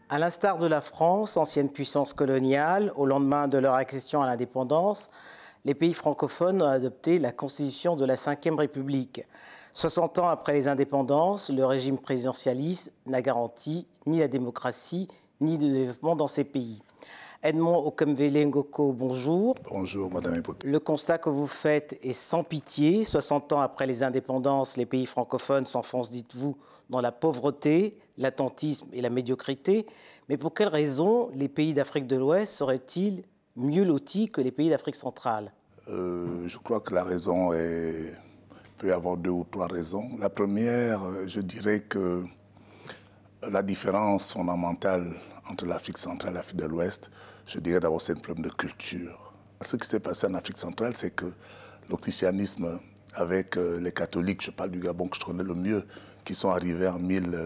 À l'instar de la France, ancienne puissance coloniale, au lendemain de leur accession à l'indépendance, les pays francophones ont adopté la constitution de la Ve République. 60 ans après les indépendances, le régime présidentialiste n'a garanti ni la démocratie ni le développement dans ces pays. Edmond Okomvele Ngoko, bonjour. Bonjour, Madame Epote. Le constat que vous faites est sans pitié. 60 ans après les indépendances, les pays francophones s'enfoncent, dites-vous, dans la pauvreté, l'attentisme et la médiocrité. Mais pour quelles raisons les pays d'Afrique de l'Ouest seraient-ils mieux lotis que les pays d'Afrique centrale? Je crois que la raison peut y avoir 2 ou 3 raisons. La première, je dirais que la différence fondamentale entre l'Afrique centrale et l'Afrique de l'Ouest, je dirais d'abord c'est un problème de culture. Ce qui s'est passé en Afrique centrale, c'est que le christianisme avec les catholiques, je parle du Gabon que je connais le mieux, qui sont arrivés en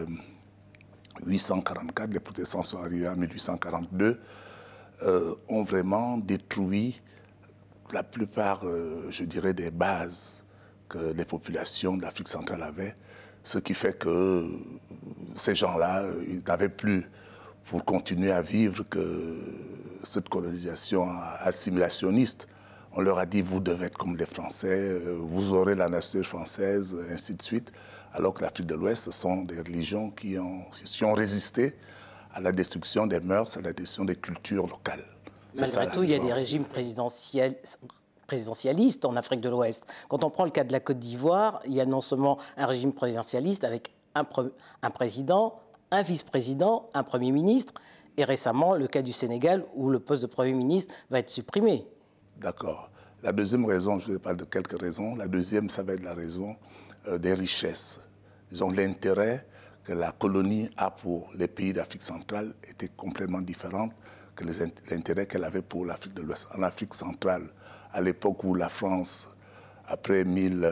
1844, les protestants sont arrivés en 1842, ont vraiment détruit la plupart, je dirais, des bases que les populations de l'Afrique centrale avaient, ce qui fait que ces gens-là, ils n'avaient plus pour continuer à vivre que cette colonisation assimilationniste. On leur a dit, vous devez être comme les Français, vous aurez la nationalité française, ainsi de suite. Alors que l'Afrique de l'Ouest, ce sont des religions qui ont résisté à la destruction des mœurs, à la destruction des cultures locales. Malgré tout, il y a des régimes présidentialistes en Afrique de l'Ouest. Quand on prend le cas de la Côte d'Ivoire, il y a non seulement un régime présidentialiste avec un président, un vice-président, un Premier ministre, et récemment le cas du Sénégal où le poste de Premier ministre va être supprimé. D'accord. La deuxième raison, je vais parler de quelques raisons. La deuxième, ça va être la raison des richesses. Disons, l'intérêt que la colonie a pour les pays d'Afrique centrale était complètement différent que l'intérêt qu'elle avait pour l'Afrique de l'Ouest. En Afrique centrale, à l'époque où la France, après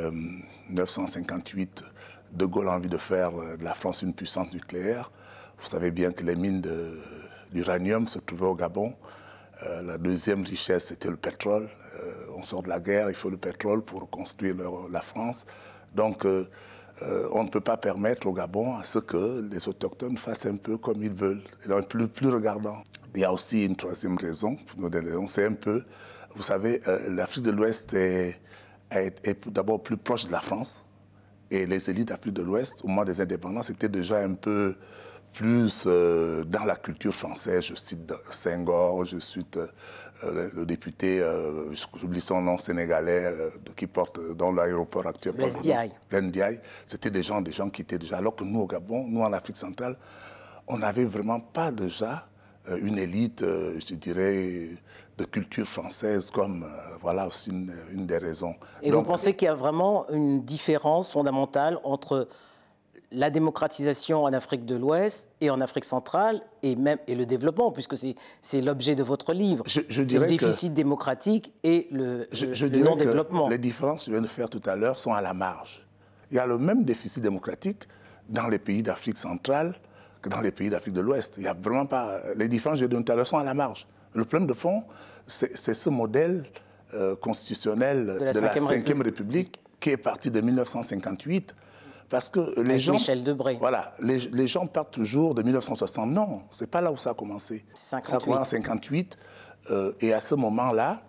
1958, De Gaulle a envie de faire de la France une puissance nucléaire. Vous savez bien que les mines d'uranium se trouvaient au Gabon. La deuxième richesse, c'était le pétrole. On sort de la guerre, il faut le pétrole pour construire la France. Donc, on ne peut pas permettre au Gabon à ce que les autochtones fassent un peu comme ils veulent, et plus regardant. Il y a aussi une troisième raison, c'est un peu, vous savez, l'Afrique de l'Ouest est d'abord plus proche de la France, et les élites d'Afrique de l'Ouest, au moment des indépendances, étaient déjà un peu plus dans la culture française. Je cite Senghor, je cite le député, j'oublie son nom, sénégalais, qui porte dans l'aéroport actuel. Blaise Diaye. Blaise Diaye. C'était des gens qui étaient déjà... Alors que nous, au Gabon, nous, en Afrique centrale, on n'avait vraiment pas déjà une élite, je dirais, de culture française, comme voilà aussi une des raisons. Et donc, vous pensez qu'il y a vraiment une différence fondamentale entre la démocratisation en Afrique de l'Ouest et en Afrique centrale, et le développement, puisque c'est l'objet de votre livre. C'est le déficit démocratique et le non-développement. Les différences que je viens de faire tout à l'heure sont à la marge. Il y a le même déficit démocratique dans les pays d'Afrique centrale que dans les pays d'Afrique de l'Ouest. Il n'y a vraiment pas... Les différences que je viens de tout à l'heure sont à la marge. Le problème de fond, c'est ce modèle constitutionnel de la Ve République qui est parti de 1958. Parce que les gens, Michel Debré. Voilà, les gens partent toujours de 1960. Non, c'est pas là où ça a commencé. 58. Ça a commencé en 58. Et à ce moment-là,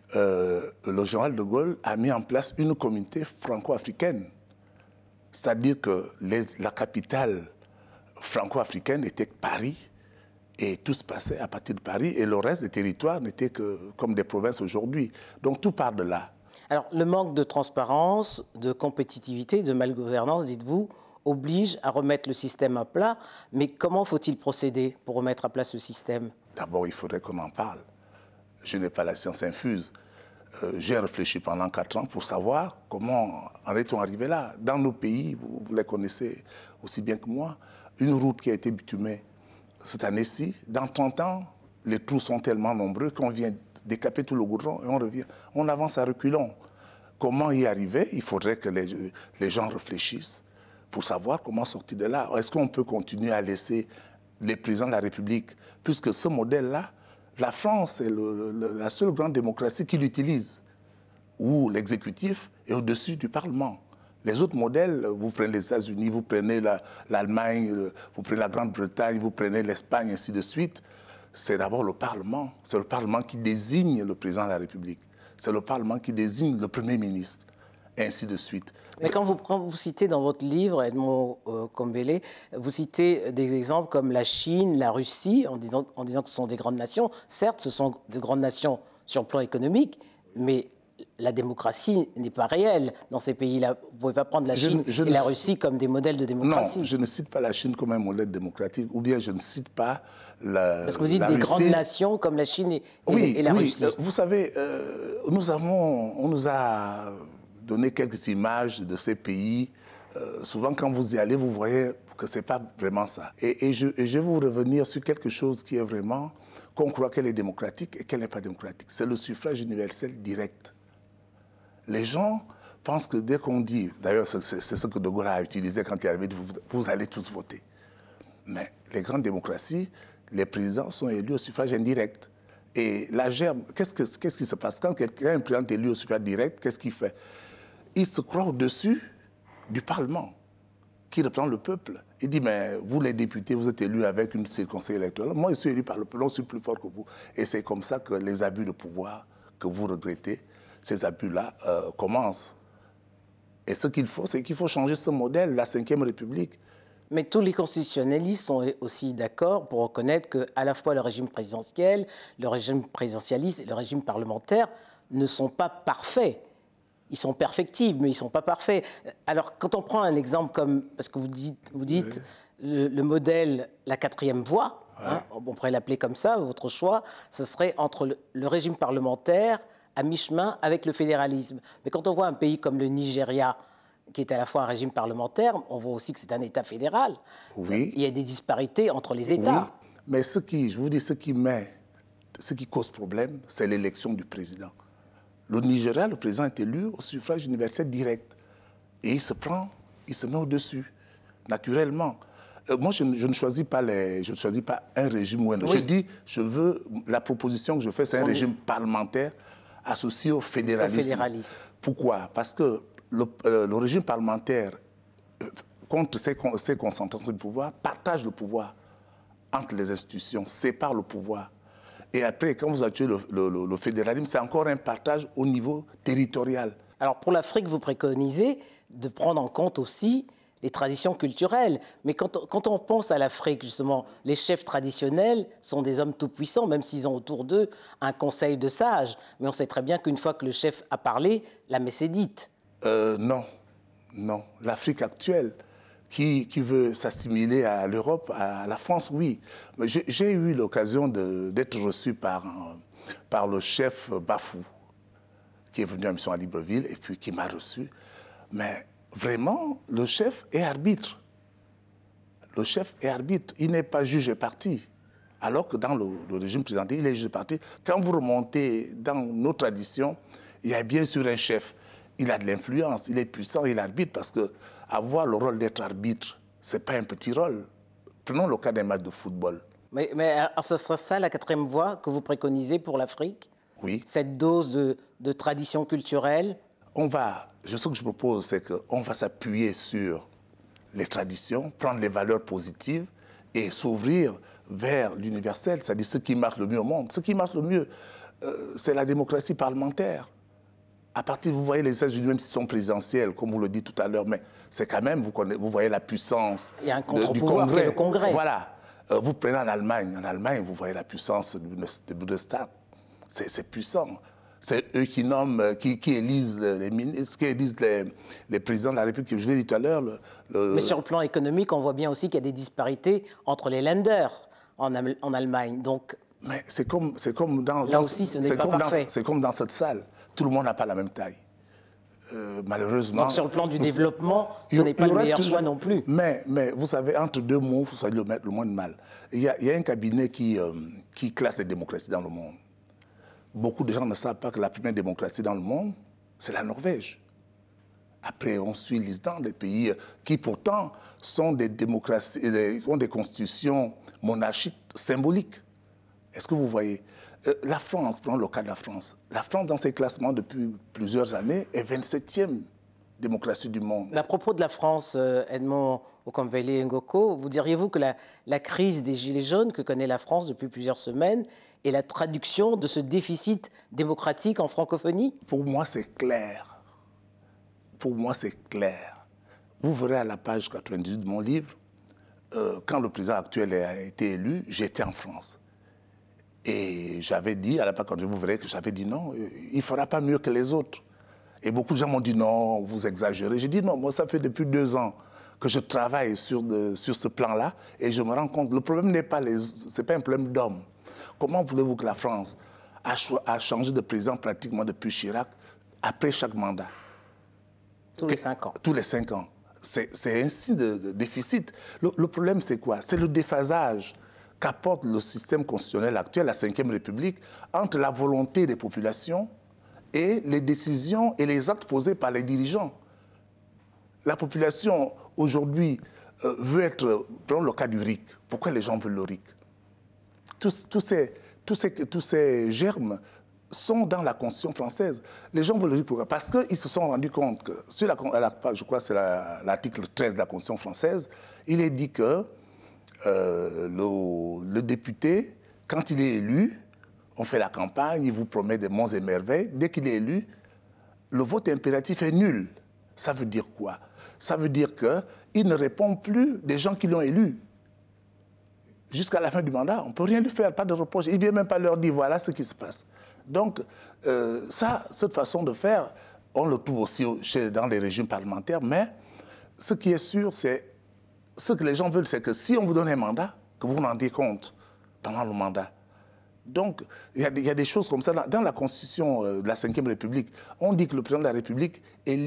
le général de Gaulle a mis en place une communauté franco-africaine. C'est-à-dire que la capitale franco-africaine était Paris. Et tout se passait à partir de Paris. Et le reste des territoires n'étaient que comme des provinces aujourd'hui. Donc tout part de là. Alors, le manque de transparence, de compétitivité, de malgouvernance, dites-vous, oblige à remettre le système à plat. Mais comment faut-il procéder pour remettre à plat ce système? D'abord, il faudrait qu'on en parle. Je n'ai pas la science infuse. J'ai réfléchi pendant 4 ans pour savoir comment en est-on arrivé là. Dans nos pays, vous les connaissez aussi bien que moi, une route qui a été bitumée cette année-ci, dans 30 ans, les trous sont tellement nombreux qu'on vient décaper tout le goudron et on revient. On avance à reculons. Comment y arriver? Il faudrait que les gens réfléchissent pour savoir comment sortir de là. Est-ce qu'on peut continuer à laisser les présidents de la République? Puisque ce modèle-là, la France est la seule grande démocratie qui l'utilise, où l'exécutif est au-dessus du Parlement. Les autres modèles, vous prenez les États-Unis, vous prenez l'Allemagne, vous prenez la Grande-Bretagne, vous prenez l'Espagne, ainsi de suite. C'est d'abord le Parlement. C'est le Parlement qui désigne le président de la République. C'est le Parlement qui désigne le Premier ministre, et ainsi de suite. Mais quand vous citez dans votre livre, Edmond Combele, vous citez des exemples comme la Chine, la Russie, en disant que ce sont des grandes nations. Certes, ce sont de grandes nations sur le plan économique, mais la démocratie n'est pas réelle dans ces pays-là. Vous ne pouvez pas prendre la Chine et la Russie comme des modèles de démocratie. Non, je ne cite pas la Chine comme un modèle démocratique, ou bien je ne cite pas la Parce que vous dites des grandes nations comme la Chine et la Russie. Vous savez, on nous a donné quelques images de ces pays. Souvent, quand vous y allez, vous voyez que ce n'est pas vraiment ça. Et je vais vous revenir sur quelque chose qui est vraiment, qu'on croit qu'elle est démocratique et qu'elle n'est pas démocratique. C'est le suffrage universel direct. Les gens pensent que dès qu'on dit, d'ailleurs c'est ce que De Gaulle a utilisé quand il est arrivé, vous allez tous voter. Mais les grandes démocraties, les présidents sont élus au suffrage indirect. Et la gerbe, qu'est-ce qui se passe? Quand quelqu'un est un président élu au suffrage direct, qu'est-ce qu'il fait? Il se croit au-dessus du Parlement, qui reprend le peuple. Il dit, mais vous les députés, vous êtes élus avec une circonscription électorale. Moi, je suis élu par le peuple, je suis plus fort que vous. Et c'est comme ça que les abus de pouvoir que vous regrettez, ces abus-là commencent. Et ce qu'il faut, c'est qu'il faut changer ce modèle, la Ve République. Mais tous les constitutionnalistes sont aussi d'accord pour reconnaître qu'à la fois le régime présidentiel, le régime présidentialiste et le régime parlementaire ne sont pas parfaits. Ils sont perfectibles, mais ils ne sont pas parfaits. Alors, quand on prend un exemple comme, parce que vous dites oui. le modèle, la quatrième voie, ouais. Hein, on pourrait l'appeler comme ça, votre choix, ce serait entre le régime parlementaire à mi-chemin avec le fédéralisme. Mais quand on voit un pays comme le Nigeria, qui est à la fois un régime parlementaire, on voit aussi que c'est un État fédéral. Oui. Il y a des disparités entre les États. Oui. Mais je vous dis, ce qui cause problème, c'est l'élection du président. Le Nigeria, le président est élu au suffrage universel direct. Et il se met au-dessus, naturellement. Moi, je ne choisis pas un régime ou un autre. Oui. Je veux, la proposition que je fais, c'est un régime parlementaire associé au fédéralisme. Pourquoi? Parce que le régime parlementaire, contre ses concentrations de pouvoir, partage le pouvoir entre les institutions, sépare le pouvoir. Et après, quand vous actuez le fédéralisme, c'est encore un partage au niveau territorial. Alors pour l'Afrique, vous préconisez de prendre en compte aussi les traditions culturelles. Mais quand on pense à l'Afrique, justement, les chefs traditionnels sont des hommes tout-puissants, même s'ils ont autour d'eux un conseil de sages. Mais on sait très bien qu'une fois que le chef a parlé, la messe est dite. Non. L'Afrique actuelle, qui veut s'assimiler à l'Europe, à la France, oui. Mais j'ai eu l'occasion d'être reçu par le chef Bafou, qui est venu à mission à Libreville et puis qui m'a reçu. Mais vraiment, le chef est arbitre. Le chef est arbitre. Il n'est pas juge et parti. Alors que dans le régime présidentiel, il est juge et parti. Quand vous remontez dans nos traditions, il y a bien sûr un chef. Il a de l'influence, il est puissant, il arbitre, parce qu'avoir le rôle d'être arbitre, ce n'est pas un petit rôle. Prenons le cas d'un match de football. Mais alors ce sera ça la quatrième voie que vous préconisez pour l'Afrique? Oui. Cette dose de tradition culturelle? Ce que je propose, c'est qu'on va s'appuyer sur les traditions, prendre les valeurs positives et s'ouvrir vers l'universel, c'est-à-dire ce qui marche le mieux au monde. Ce qui marche le mieux, c'est la démocratie parlementaire. À partir, vous voyez les États-Unis, même s'ils sont présidentiels, comme vous le dites tout à l'heure, mais c'est quand même, vous voyez la puissance du Congrès. Qui est le Congrès. Voilà. Vous prenez en Allemagne, vous voyez la puissance du Bundestag. C'est puissant. C'est eux qui nomment, qui élisent les ministres, qui élisent les présidents de la République. Je l'ai dit tout à l'heure. Mais sur le plan économique, on voit bien aussi qu'il y a des disparités entre les Länder en Allemagne. Donc, mais c'est comme dans... Là aussi, ce n'est pas parfait. C'est comme dans cette salle. Tout le monde n'a pas la même taille. Malheureusement... Donc sur le plan du développement, ce n'est pas le meilleur choix non plus. Mais vous savez, entre deux mots, vous savez le moins de mal. Il y a un cabinet qui classe les démocraties dans le monde. Beaucoup de gens ne savent pas que la première démocratie dans le monde, c'est la Norvège. Après, on suit l'Islande, les pays qui pourtant sont des démocraties, ont des constitutions monarchiques symboliques. Est-ce que vous voyez? La France, prenons le cas de la France. La France, dans ses classements depuis plusieurs années, est 27e démocratie du monde. À propos de la France, Edmond Okonvele Ngoko, vous diriez-vous que la crise des Gilets jaunes que connaît la France depuis plusieurs semaines est la traduction de ce déficit démocratique en francophonie? Pour moi, c'est clair. Pour moi, c'est clair. Vous verrez à la page 98 de mon livre, quand le président actuel a été élu, j'étais en France. Et j'avais dit, à la page 98, vous verrez que j'avais dit non, il ne fera pas mieux que les autres. Et beaucoup de gens m'ont dit non, vous exagérez. J'ai dit non, moi ça fait depuis 2 ans que je travaille sur ce plan-là et je me rends compte, le problème n'est pas c'est pas un problème d'hommes. Comment voulez-vous que la France a changé de président pratiquement depuis Chirac après chaque mandat? Tous les 5 ans. Tous les 5 ans. C'est un signe de déficit. Le problème, c'est quoi? C'est le déphasage qu'apporte le système constitutionnel actuel, la Ve République, entre la volonté des populations et les décisions et les actes posés par les dirigeants. La population, aujourd'hui, veut être... Prenons le cas du RIC. Pourquoi les gens veulent le RIC? Tous ces germes sont dans la Constitution française. Les gens veulent le RIC pourquoi? Parce qu'ils se sont rendus compte que, sur je crois que c'est l'article 13 de la Constitution française, il est dit que le député, quand il est élu, on fait la campagne, il vous promet des monts et merveilles. Dès qu'il est élu, le vote impératif est nul. Ça veut dire quoi? Ça veut dire qu'il ne répond plus des gens qui l'ont élu. Jusqu'à la fin du mandat, on ne peut rien lui faire, pas de reproche. Il ne vient même pas leur dire voilà ce qui se passe. Donc, cette façon de faire, on le trouve aussi dans les régimes parlementaires, mais ce qui est sûr, c'est ce que les gens veulent, c'est que si on vous donne un mandat, que vous vous rendiez compte pendant le mandat. Donc, il y a des choses comme ça. Dans la Constitution de la Ve République, on dit que le président de la République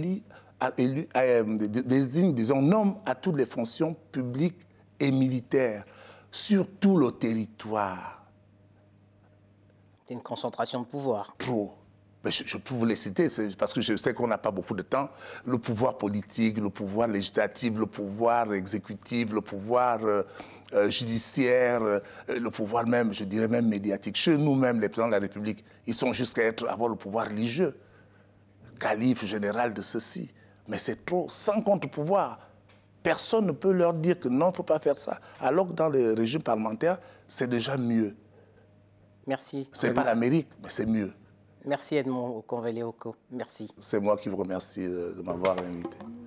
désigne, disons, nomme à toutes les fonctions publiques et militaires sur tout le territoire. C'est une concentration de pouvoir. Trop. Mais je peux vous les citer, parce que je sais qu'on n'a pas beaucoup de temps. Le pouvoir politique, le pouvoir législatif, le pouvoir exécutif, le pouvoir judiciaire, le pouvoir même, je dirais même médiatique. Chez nous-mêmes, les présidents de la République, ils sont jusqu'à avoir le pouvoir religieux, calife général de ceci. Mais c'est trop, sans contre-pouvoir. Personne ne peut leur dire que non, il ne faut pas faire ça. Alors que dans les régimes parlementaires, c'est déjà mieux. Merci. Ce n'est pas l'Amérique, mais c'est mieux. Merci Edmond Okonvele Oko. Merci. C'est moi qui vous remercie de m'avoir invité.